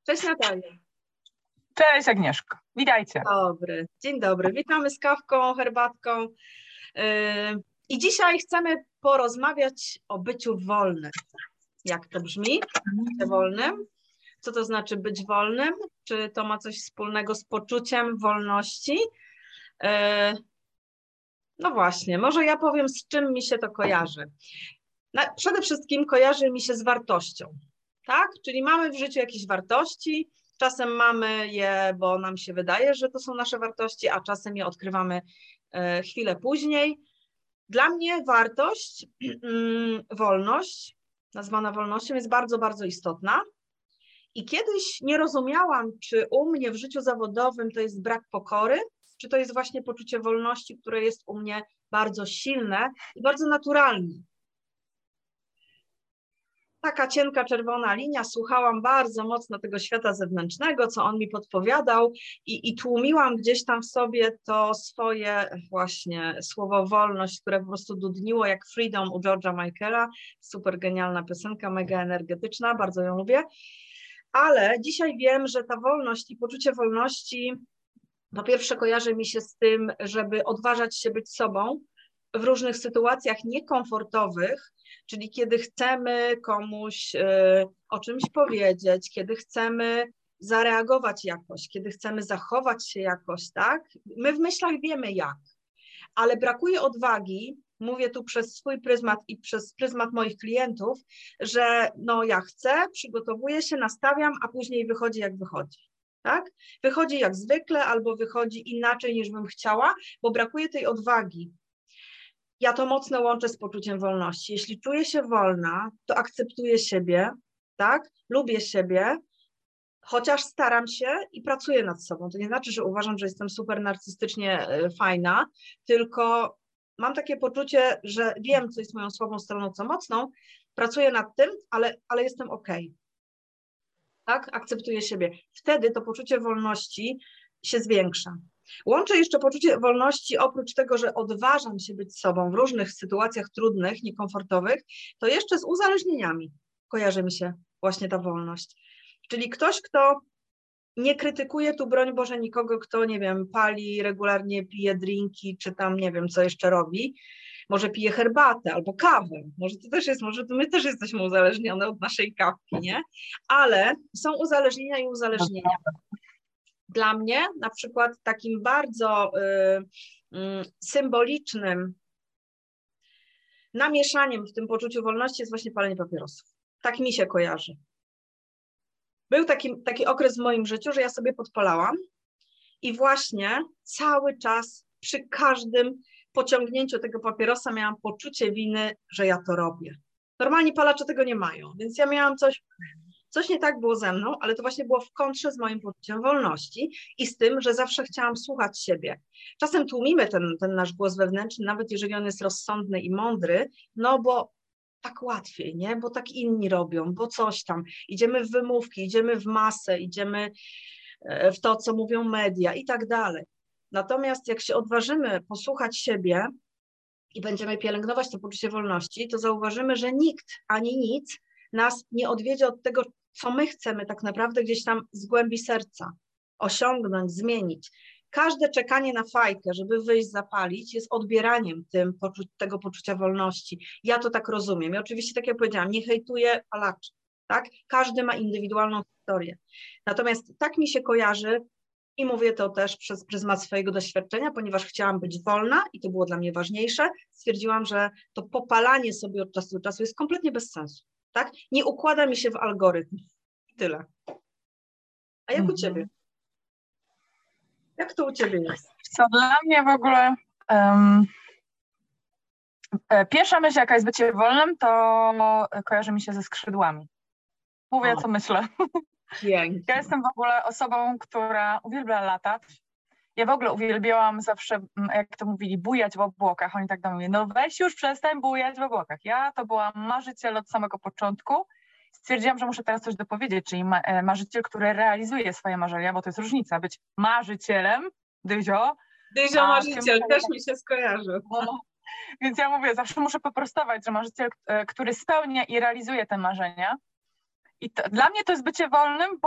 Cześć Natalia. Cześć Agnieszko, witajcie. Dzień dobry. Witamy z kawką, herbatką. I dzisiaj chcemy porozmawiać o byciu wolnym. Jak to brzmi? Bycie wolnym? Co to znaczy być wolnym? Czy to ma coś wspólnego z poczuciem wolności? No właśnie, może ja powiem, z czym mi się to kojarzy. Przede wszystkim kojarzy mi się z wartością, tak? Czyli mamy w życiu jakieś wartości, czasem mamy je, bo nam się wydaje, że to są nasze wartości, a czasem je odkrywamy chwilę później. Dla mnie wartość, wolność, nazwana wolnością, jest bardzo, bardzo istotna. I kiedyś nie rozumiałam, czy u mnie w życiu zawodowym to jest brak pokory, czy to jest właśnie poczucie wolności, które jest u mnie bardzo silne i bardzo naturalne. Taka cienka czerwona linia, słuchałam bardzo mocno tego świata zewnętrznego, co on mi podpowiadał i tłumiłam gdzieś tam w sobie to swoje właśnie słowo wolność, które po prostu dudniło jak Freedom u George'a Michaela. Super genialna piosenka, mega energetyczna, bardzo ją lubię. Ale dzisiaj wiem, że ta wolność i poczucie wolności po pierwsze kojarzy mi się z tym, żeby odważać się być sobą w różnych sytuacjach niekomfortowych, czyli kiedy chcemy komuś o czymś powiedzieć, kiedy chcemy zareagować jakoś, kiedy chcemy zachować się jakoś, tak? My w myślach wiemy jak, ale brakuje odwagi, mówię tu przez swój pryzmat i przez pryzmat moich klientów, że no ja chcę, przygotowuję się, nastawiam, a później wychodzi jak wychodzi. Tak? Wychodzi jak zwykle albo wychodzi inaczej niż bym chciała, bo brakuje tej odwagi. Ja to mocno łączę z poczuciem wolności. Jeśli czuję się wolna, to akceptuję siebie, tak? Lubię siebie, chociaż staram się i pracuję nad sobą. To nie znaczy, że uważam, że jestem super narcystycznie fajna, tylko mam takie poczucie, że wiem, co jest moją słabą stroną, co mocną, pracuję nad tym, ale jestem okej. Tak? Akceptuję siebie. Wtedy to poczucie wolności się zwiększa. Łączę jeszcze poczucie wolności, oprócz tego, że odważam się być sobą w różnych sytuacjach trudnych, niekomfortowych, to jeszcze z uzależnieniami kojarzy mi się właśnie ta wolność. Czyli ktoś, kto nie krytykuje tu, broń Boże, nikogo, kto, nie wiem, pali, regularnie pije drinki, czy tam, nie wiem, co jeszcze robi, może pije herbatę albo kawę, może to też jest, może to my też jesteśmy uzależnione od naszej kawki, nie? Ale są uzależnienia i uzależnienia. Dla mnie na przykład takim bardzo symbolicznym namieszaniem w tym poczuciu wolności jest właśnie palenie papierosów. Tak mi się kojarzy. Był taki okres w moim życiu, że ja sobie podpalałam i właśnie cały czas przy każdym pociągnięciu tego papierosa miałam poczucie winy, że ja to robię. Normalni palacze tego nie mają, więc ja miałam coś nie tak było ze mną, ale to właśnie było w kontrze z moim poczuciem wolności i z tym, że zawsze chciałam słuchać siebie. Czasem tłumimy ten nasz głos wewnętrzny, nawet jeżeli on jest rozsądny i mądry, no bo tak łatwiej, nie? Bo tak inni robią, bo coś tam. Idziemy w wymówki, idziemy w masę, idziemy w to, co mówią media i tak dalej. Natomiast jak się odważymy posłuchać siebie i będziemy pielęgnować to poczucie wolności, to zauważymy, że nikt ani nic nas nie odwiedzie od tego, co my chcemy tak naprawdę gdzieś tam z głębi serca osiągnąć, zmienić. Każde czekanie na fajkę, żeby wyjść, zapalić, jest odbieraniem tego poczucia wolności. Ja to tak rozumiem. I oczywiście, tak jak powiedziałam, nie hejtuję palaczy, tak? Każdy ma indywidualną historię. Natomiast tak mi się kojarzy i mówię to też przez pryzmat swojego doświadczenia, ponieważ chciałam być wolna i to było dla mnie ważniejsze. Stwierdziłam, że to popalanie sobie od czasu do czasu jest kompletnie bez sensu. Tak? Nie układa mi się w algorytm. I tyle. A jak u Ciebie? Jak to u Ciebie jest? Co dla mnie w ogóle pierwsza myśl, jaka jest bycie wolnym, to kojarzy mi się ze skrzydłami. Mówię, co myślę. Pięknie. Ja jestem w ogóle osobą, która uwielbia latać. Ja w ogóle uwielbiałam zawsze, jak to mówili, bujać w obłokach. Oni tak do mnie mówili, no weź już przestań bujać w obłokach. Ja to byłam marzyciel od samego początku. Stwierdziłam, że muszę teraz coś dopowiedzieć, czyli marzyciel, który realizuje swoje marzenia, bo to jest różnica, być marzycielem, Dyzio. Dyzio marzyciel, też mi się skojarzy. Więc ja mówię, zawsze muszę poprostować, że marzyciel, który spełnia i realizuje te marzenia. I dla mnie to jest bycie wolnym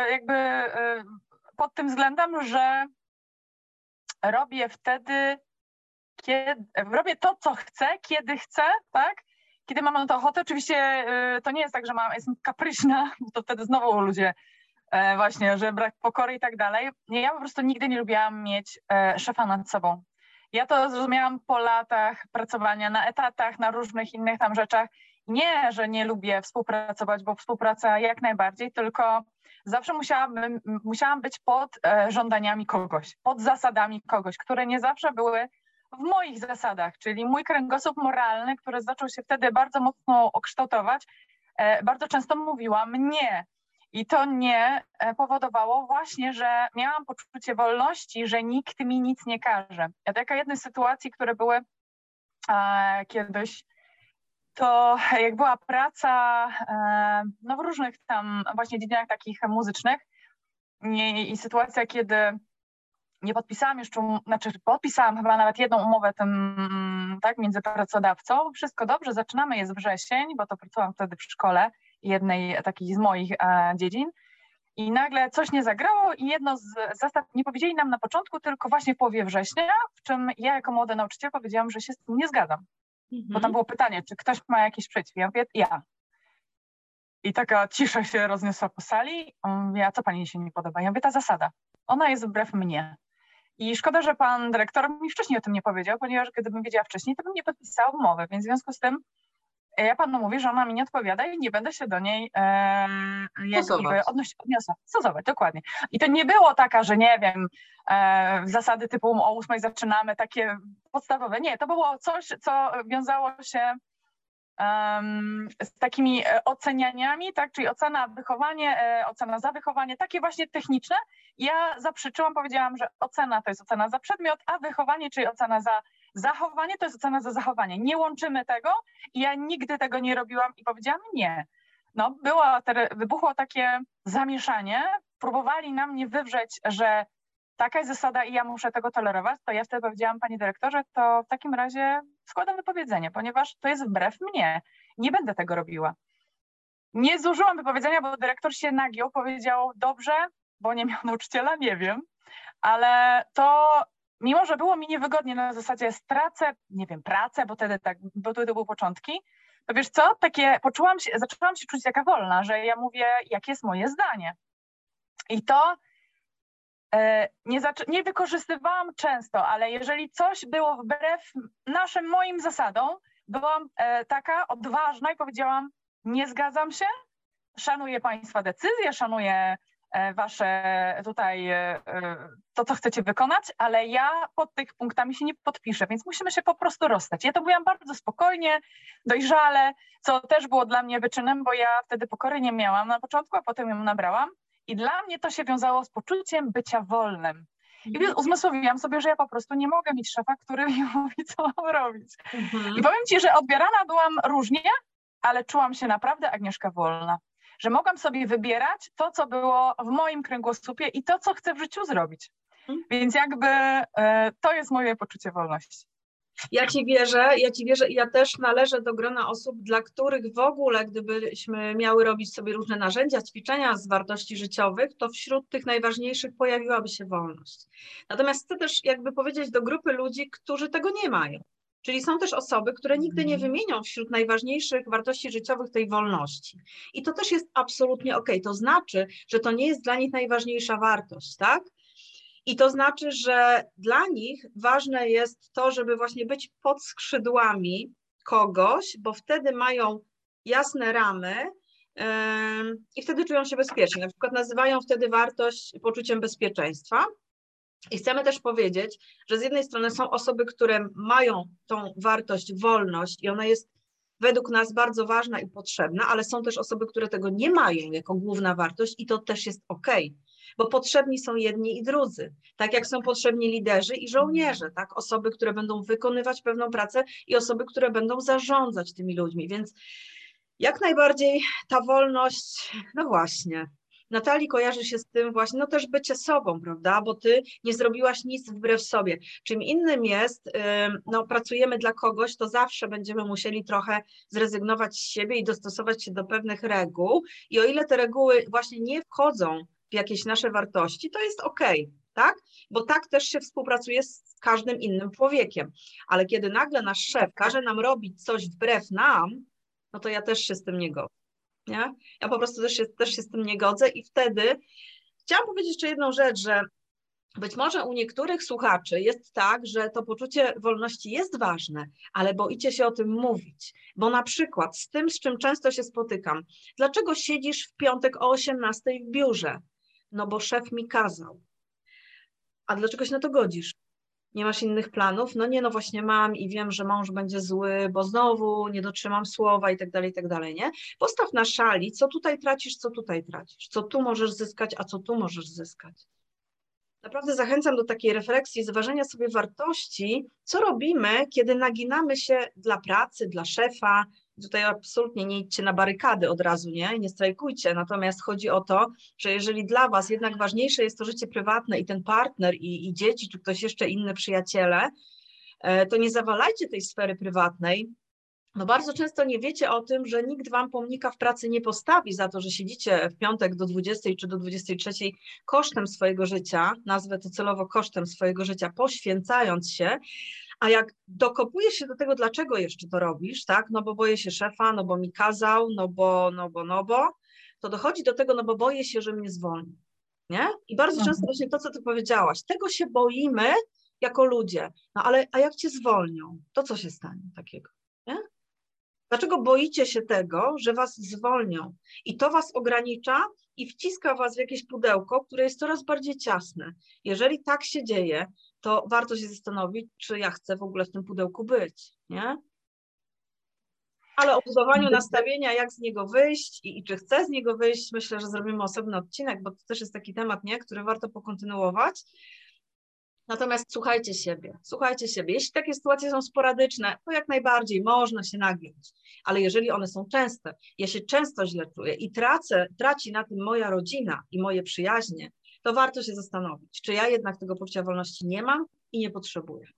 pod tym względem, że robię wtedy, robię to, co chcę, kiedy chcę, tak? Kiedy mam na to ochotę. Oczywiście to nie jest tak, że jestem kapryśna, bo to wtedy znowu ludzie właśnie, że brak pokory i tak dalej. Ja po prostu nigdy nie lubiłam mieć szefa nad sobą. Ja to zrozumiałam po latach pracowania na etatach, na różnych innych tam rzeczach. Nie, że nie lubię współpracować, bo współpraca jak najbardziej, tylko zawsze musiałam być pod żądaniami kogoś, pod zasadami kogoś, które nie zawsze były w moich zasadach, czyli mój kręgosłup moralny, który zaczął się wtedy bardzo mocno kształtować, bardzo często mówiłam nie. I to nie powodowało właśnie, że miałam poczucie wolności, że nikt mi nic nie każe. Taka jedna z sytuacji, które były kiedyś, to jak była praca no w różnych tam właśnie dziedzinach takich muzycznych i sytuacja, kiedy nie podpisałam jeszcze, podpisałam chyba nawet jedną umowę tak, między pracodawcą. Wszystko dobrze, zaczynamy, jest wrzesień, bo to pracowałam wtedy w szkole jednej takiej z moich dziedzin i nagle coś nie zagrało i jedno z zasad nie powiedzieli nam na początku, tylko właśnie w połowie września, w czym ja jako młoda nauczyciel powiedziałam, że się z tym nie zgadzam. Bo tam było pytanie, czy ktoś ma jakiś sprzeciw. Ja mówię, ja. I taka cisza się rozniosła po sali. Mówię, a co pani się nie podoba? Ja mówię, ta zasada. Ona jest wbrew mnie. I szkoda, że pan dyrektor mi wcześniej o tym nie powiedział, ponieważ gdybym wiedziała wcześniej, to bym nie podpisała umowy. Więc w związku z tym ja panu mówię, że ona mi nie odpowiada i nie będę się do niej stosować, dokładnie. I to nie było taka, że nie wiem, zasady typu o 8 zaczynamy, takie podstawowe. Nie, to było coś, co wiązało się z takimi ocenianiami, tak, czyli ocena wychowanie, ocena za wychowanie, takie właśnie techniczne. Ja zaprzeczyłam, powiedziałam, że ocena to jest ocena za przedmiot, a wychowanie, czyli ocena za zachowanie, to jest ocena za zachowanie. Nie łączymy tego i ja nigdy tego nie robiłam i powiedziałam nie. No, wybuchło takie zamieszanie, próbowali na mnie wywrzeć, że taka jest zasada i ja muszę tego tolerować, to ja wtedy powiedziałam, panie dyrektorze, to w takim razie składam wypowiedzenie, ponieważ to jest wbrew mnie. Nie będę tego robiła. Nie zużyłam wypowiedzenia, bo dyrektor się nagiął, powiedział dobrze, bo nie miał nauczyciela, nie wiem, ale to mimo, że było mi niewygodnie na zasadzie stracę, nie wiem, pracę, bo wtedy to były początki, to wiesz co, zaczęłam się czuć taka wolna, że ja mówię, jakie jest moje zdanie. I to nie wykorzystywałam często, ale jeżeli coś było wbrew moim zasadom, byłam taka odważna i powiedziałam, nie zgadzam się, szanuję państwa decyzje, szanuję wasze tutaj to, co chcecie wykonać, ale ja pod tych punktami się nie podpiszę, więc musimy się po prostu rozstać. Ja to mówiłam bardzo spokojnie, dojrzale, co też było dla mnie wyczynem, bo ja wtedy pokory nie miałam na początku, a potem ją nabrałam. I dla mnie to się wiązało z poczuciem bycia wolnym. I uzmysłowiłam sobie, że ja po prostu nie mogę mieć szefa, który mi mówi, co mam robić. I powiem ci, że odbierana byłam różnie, ale czułam się naprawdę, Agnieszka, wolna. Że mogłam sobie wybierać to, co było w moim kręgosłupie i to, co chcę w życiu zrobić. Więc jakby to jest moje poczucie wolności. Ja ci wierzę i ja też należę do grona osób, dla których w ogóle, gdybyśmy miały robić sobie różne narzędzia, ćwiczenia z wartości życiowych, to wśród tych najważniejszych pojawiłaby się wolność. Natomiast chcę też jakby powiedzieć do grupy ludzi, którzy tego nie mają. Czyli są też osoby, które nigdy nie wymienią wśród najważniejszych wartości życiowych tej wolności. I to też jest absolutnie okej. To znaczy, że to nie jest dla nich najważniejsza wartość, tak? I to znaczy, że dla nich ważne jest to, żeby właśnie być pod skrzydłami kogoś, bo wtedy mają jasne ramy i wtedy czują się bezpiecznie. Na przykład nazywają wtedy wartość poczuciem bezpieczeństwa. I chcemy też powiedzieć, że z jednej strony są osoby, które mają tą wartość, wolność i ona jest według nas bardzo ważna i potrzebna, ale są też osoby, które tego nie mają jako główna wartość i to też jest okej. Bo potrzebni są jedni i drudzy, tak jak są potrzebni liderzy i żołnierze, tak? Osoby, które będą wykonywać pewną pracę i osoby, które będą zarządzać tymi ludźmi, więc jak najbardziej ta wolność, no właśnie, Natalii kojarzy się z tym właśnie, no też bycie sobą, prawda, bo ty nie zrobiłaś nic wbrew sobie. Czym innym jest, no pracujemy dla kogoś, to zawsze będziemy musieli trochę zrezygnować z siebie i dostosować się do pewnych reguł i o ile te reguły właśnie nie wchodzą w jakieś nasze wartości, to jest okej, tak? Bo tak też się współpracuje z każdym innym człowiekiem. Ale kiedy nagle nasz szef każe nam robić coś wbrew nam, no to ja też się z tym nie godzę. Nie? Ja po prostu też się z tym nie godzę i wtedy chciałam powiedzieć jeszcze jedną rzecz, że być może u niektórych słuchaczy jest tak, że to poczucie wolności jest ważne, ale boicie się o tym mówić. Bo na przykład z tym, z czym często się spotykam, dlaczego siedzisz w piątek o 18:00 w biurze? No bo szef mi kazał. A dlaczego się na to godzisz? Nie masz innych planów? No nie, no właśnie mam i wiem, że mąż będzie zły, bo znowu nie dotrzymam słowa i tak dalej, nie? Postaw na szali, co tutaj tracisz, co tutaj tracisz, co tu możesz zyskać, a co tu możesz zyskać. Naprawdę zachęcam do takiej refleksji, zważenia sobie wartości, co robimy, kiedy naginamy się dla pracy, dla szefa. Tutaj absolutnie nie idźcie na barykady od razu, nie strajkujcie, natomiast chodzi o to, że jeżeli dla was jednak ważniejsze jest to życie prywatne i ten partner i dzieci, czy ktoś jeszcze inny, przyjaciele, to nie zawalajcie tej sfery prywatnej. No bardzo często nie wiecie o tym, że nikt wam pomnika w pracy nie postawi za to, że siedzicie w piątek do 20 czy do 23 kosztem swojego życia, nazwę to celowo kosztem swojego życia, poświęcając się, a jak dokopujesz się do tego, dlaczego jeszcze to robisz, tak, no bo boję się szefa, no bo mi kazał, no bo, to dochodzi do tego, no bo boję się, że mnie zwolni, nie? I bardzo często właśnie to, co ty powiedziałaś, tego się boimy jako ludzie, no ale a jak cię zwolnią, to co się stanie takiego, nie? Dlaczego boicie się tego, że was zwolnią? I to was ogranicza i wciska was w jakieś pudełko, które jest coraz bardziej ciasne. Jeżeli tak się dzieje, to warto się zastanowić, czy ja chcę w ogóle w tym pudełku być, nie? Ale o budowaniu nastawienia, jak z niego wyjść i czy chcę z niego wyjść, myślę, że zrobimy osobny odcinek, bo to też jest taki temat, nie, który warto pokontynuować. Natomiast słuchajcie siebie, słuchajcie siebie. Jeśli takie sytuacje są sporadyczne, to jak najbardziej można się nagiąć, ale jeżeli one są częste, ja się często źle czuję i traci na tym moja rodzina i moje przyjaźnie, to warto się zastanowić, czy ja jednak tego poczucia wolności nie mam i nie potrzebuję.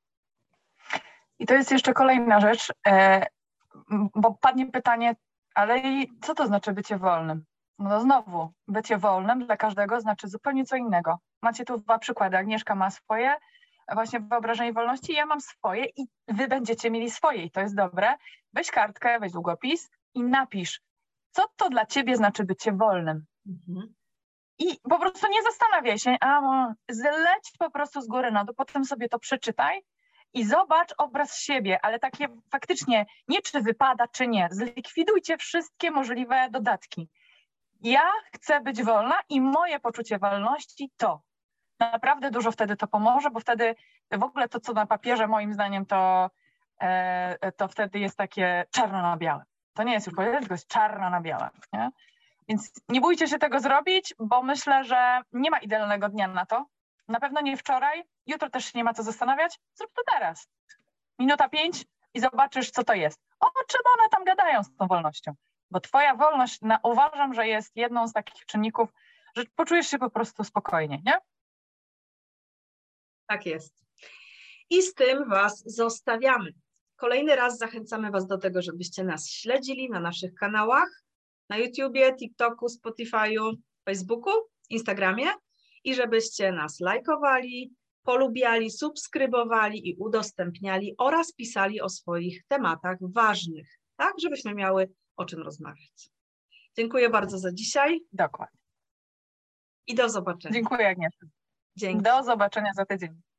I to jest jeszcze kolejna rzecz, bo padnie pytanie, ale co to znaczy bycie wolnym? No znowu, bycie wolnym dla każdego znaczy zupełnie co innego. Macie tu dwa przykłady. Agnieszka ma swoje właśnie wyobrażenie wolności, ja mam swoje i wy będziecie mieli swoje i to jest dobre. Weź kartkę, weź długopis i napisz, co to dla ciebie znaczy bycie wolnym. I po prostu nie zastanawiaj się, zleć po prostu z góry na dół, potem sobie to przeczytaj i zobacz obraz siebie, ale takie faktycznie nie czy wypada, czy nie. Zlikwidujcie wszystkie możliwe dodatki. Ja chcę być wolna i moje poczucie wolności to. Naprawdę dużo wtedy to pomoże, bo wtedy w ogóle to, co na papierze moim zdaniem, to wtedy jest takie czarno na białe. To nie jest już powiedziane, tylko jest czarno na białe. Nie? Więc nie bójcie się tego zrobić, bo myślę, że nie ma idealnego dnia na to. Na pewno nie wczoraj, jutro też nie ma co zastanawiać. Zrób to teraz. 5 minut i zobaczysz, co to jest. O czym one tam gadają z tą wolnością? Bo twoja wolność, uważam, że jest jedną z takich czynników, że poczujesz się po prostu spokojnie, nie? Tak jest. I z tym was zostawiamy. Kolejny raz zachęcamy was do tego, żebyście nas śledzili na naszych kanałach, na YouTubie, TikToku, Spotify'u, Facebooku, Instagramie i żebyście nas lajkowali, polubiali, subskrybowali i udostępniali oraz pisali o swoich tematach ważnych, tak, żebyśmy miały o czym rozmawiać. Dziękuję bardzo za dzisiaj. Dokładnie. I do zobaczenia. Dziękuję, Agnieszka. Dzięki. Do zobaczenia za tydzień.